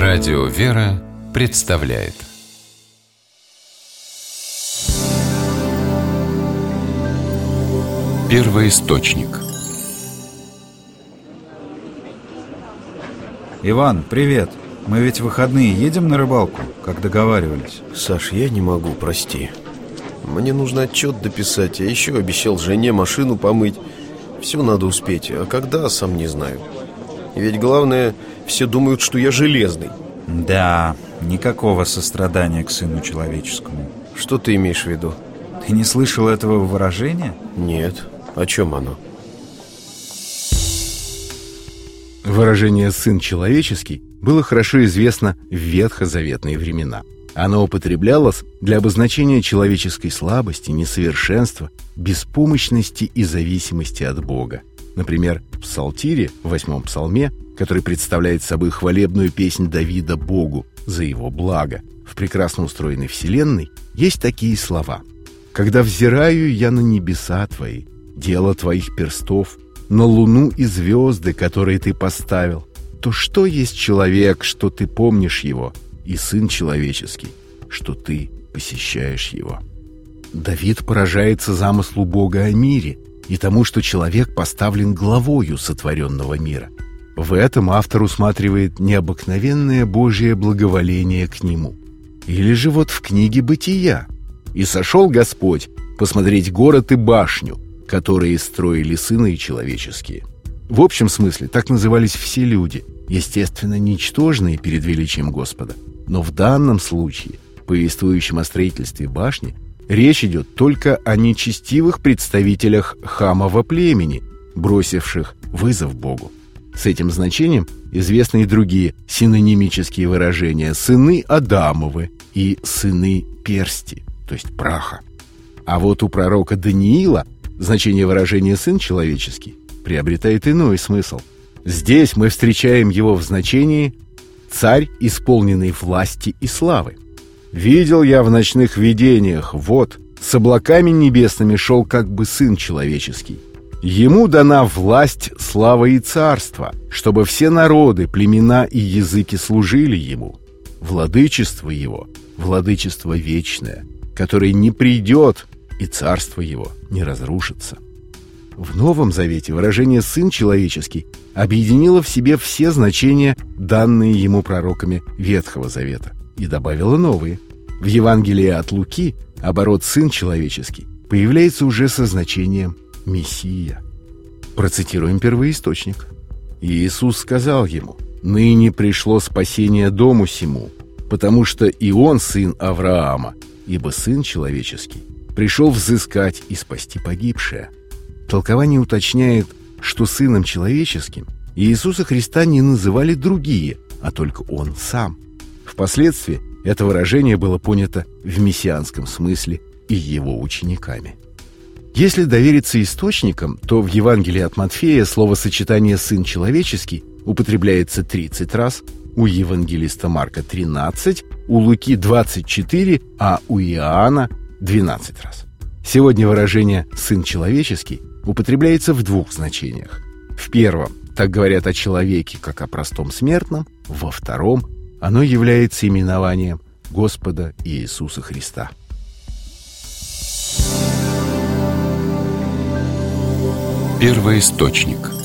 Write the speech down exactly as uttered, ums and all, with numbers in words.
Радио «Вера» представляет Первоисточник. Иван, привет. Мы ведь в выходные едем на рыбалку, как договаривались. Саш, я не могу, прости. Мне нужно отчет дописать, а еще обещал жене машину помыть. Все надо успеть, а когда, сам не знаю. И ведь главное, все думают, что я железный. Да, никакого сострадания к сыну человеческому. Что ты имеешь в виду? Ты не слышал этого выражения? Нет. О чем оно? Выражение «сын человеческий» было хорошо известно в ветхозаветные времена. Оно употреблялось для обозначения человеческой слабости, несовершенства, беспомощности и зависимости от Бога. Например, в Псалтире, в восьмом псалме, который представляет собой хвалебную песнь Давида Богу за его благо, в прекрасно устроенной вселенной есть такие слова: «Когда взираю я на небеса твои, дело твоих перстов, на луну и звезды, которые ты поставил, то что есть человек, что ты помнишь его, и сын человеческий, что ты посещаешь его?» Давид поражается замыслу Бога о мире и тому, что человек поставлен главою сотворенного мира. В этом автор усматривает необыкновенное Божие благоволение к нему. Или же вот в книге «Бытия»: «И сошел Господь посмотреть город и башню, которые строили сыны человеческие». В общем смысле так назывались все люди, естественно, ничтожные перед величием Господа. Но в данном случае, повествующем о строительстве башни, речь идет только о нечестивых представителях Хамова племени, бросивших вызов Богу. С этим значением известны и другие синонимические выражения: «сыны Адамовы» и «сыны персти», то есть праха. А вот у пророка Даниила значение выражения «сын человеческий» приобретает иной смысл. Здесь мы встречаем его в значении «царь, исполненный власти и славы». «Видел я в ночных видениях, вот, с облаками небесными шел как бы сын человеческий. Ему дана власть, слава и царство, чтобы все народы, племена и языки служили ему. Владычество его, владычество вечное, которое не придет, и царство его не разрушится». В Новом Завете выражение «сын человеческий» объединило в себе все значения, данные ему пророками Ветхого Завета, и добавило новые. В Евангелии от Луки оборот «сын человеческий» появляется уже со значением «Мессия». Процитируем первоисточник. «Иисус сказал ему: ныне пришло спасение дому сему, потому что и он сын Авраама, ибо сын человеческий пришел взыскать и спасти погибшее». Толкование уточняет, что сыном человеческим Иисуса Христа не называли другие, а только он сам. Впоследствии это выражение было понято в мессианском смысле и его учениками. Если довериться источникам, то в Евангелии от Матфея словосочетание «сын человеческий» употребляется тридцать раз, у евангелиста Марка тринадцать, у Луки двадцать четыре, а у Иоанна двенадцать раз. Сегодня выражение «сын человеческий» употребляется в двух значениях. В первом так говорят о человеке, как о простом смертном, во втором оно является именованием Господа Иисуса Христа. Первоисточник.